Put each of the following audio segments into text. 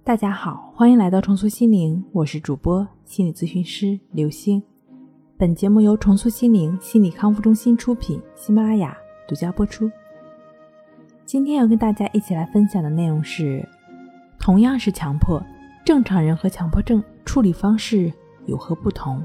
大家好，欢迎来到重塑心灵，我是主播心理咨询师刘星。本节目由重塑心灵心理康复中心出品，喜马拉雅独家播出。今天要跟大家一起来分享的内容是，同样是强迫，正常人和强迫症处理方式有何不同？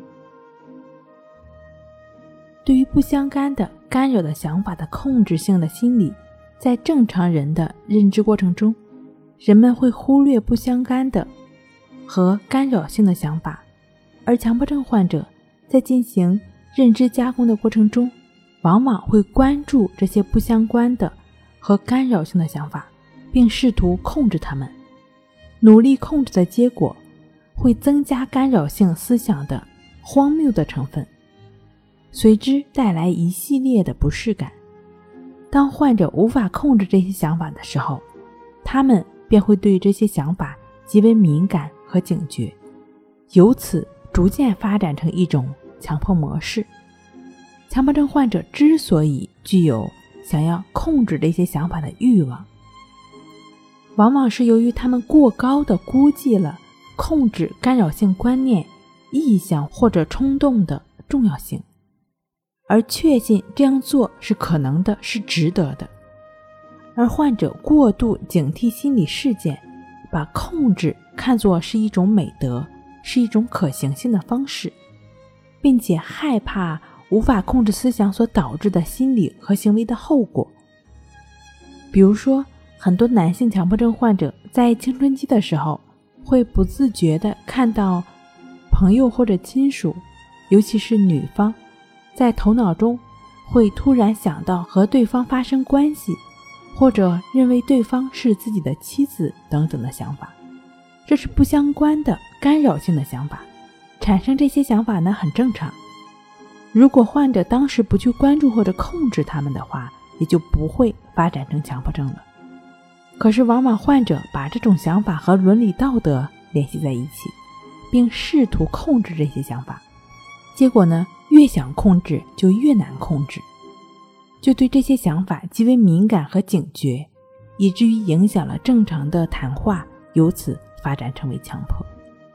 对于不相干的干扰的想法的控制性的心理，在正常人的认知过程中，人们会忽略不相干的和干扰性的想法，而强迫症患者在进行认知加工的过程中，往往会关注这些不相关的和干扰性的想法，并试图控制它们。努力控制的结果会增加干扰性思想的荒谬的成分，随之带来一系列的不适感。当患者无法控制这些想法的时候，他们便会对这些想法极为敏感和警觉，由此逐渐发展成一种强迫模式。强迫症患者之所以具有想要控制这些想法的欲望，往往是由于他们过高地估计了控制干扰性观念、意向或者冲动的重要性，而确信这样做是可能的，是值得的。而患者过度警惕心理事件，把控制看作是一种美德，是一种可行性的方式，并且害怕无法控制思想所导致的心理和行为的后果。比如说，很多男性强迫症患者在青春期的时候，会不自觉地看到朋友或者亲属，尤其是女方，在头脑中会突然想到和对方发生关系，或者认为对方是自己的妻子等等的想法。这是不相关的干扰性的想法，产生这些想法呢很正常。如果患者当时不去关注或者控制他们的话，也就不会发展成强迫症了。可是往往患者把这种想法和伦理道德联系在一起，并试图控制这些想法，结果呢，越想控制就越难控制，就对这些想法极为敏感和警觉，以至于影响了正常的谈话，由此发展成为强迫。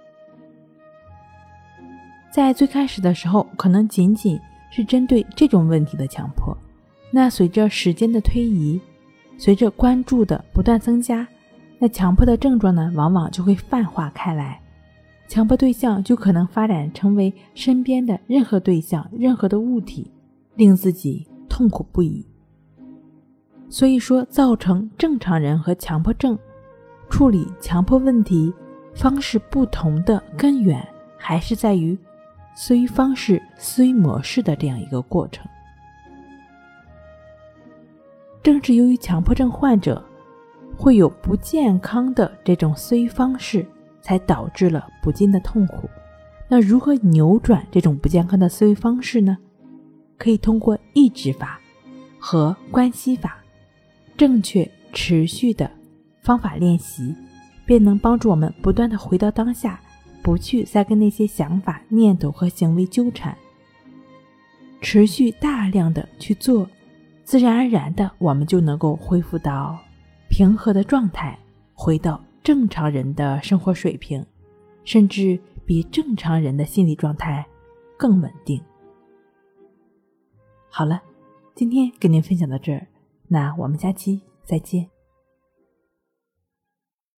在最开始的时候，可能仅仅是针对这种问题的强迫，那随着时间的推移，随着关注的不断增加，那强迫的症状呢，往往就会泛化开来，强迫对象就可能发展成为身边的任何对象、任何的物体，令自己痛苦不已。所以说，造成正常人和强迫症处理强迫问题方式不同的根源，还是在于思维方式、思维模式的这样一个过程。正是由于强迫症患者会有不健康的这种思维方式，才导致了不尽的痛苦。那如何扭转这种不健康的思维方式呢？可以通过抑制法和关系法，正确持续的方法练习，便能帮助我们不断的回到当下，不去再跟那些想法、念头和行为纠缠，持续大量的去做，自然而然的我们就能够恢复到平和的状态，回到正常人的生活水平，甚至比正常人的心理状态更稳定。好了，今天跟您分享到这儿，那我们下期再见。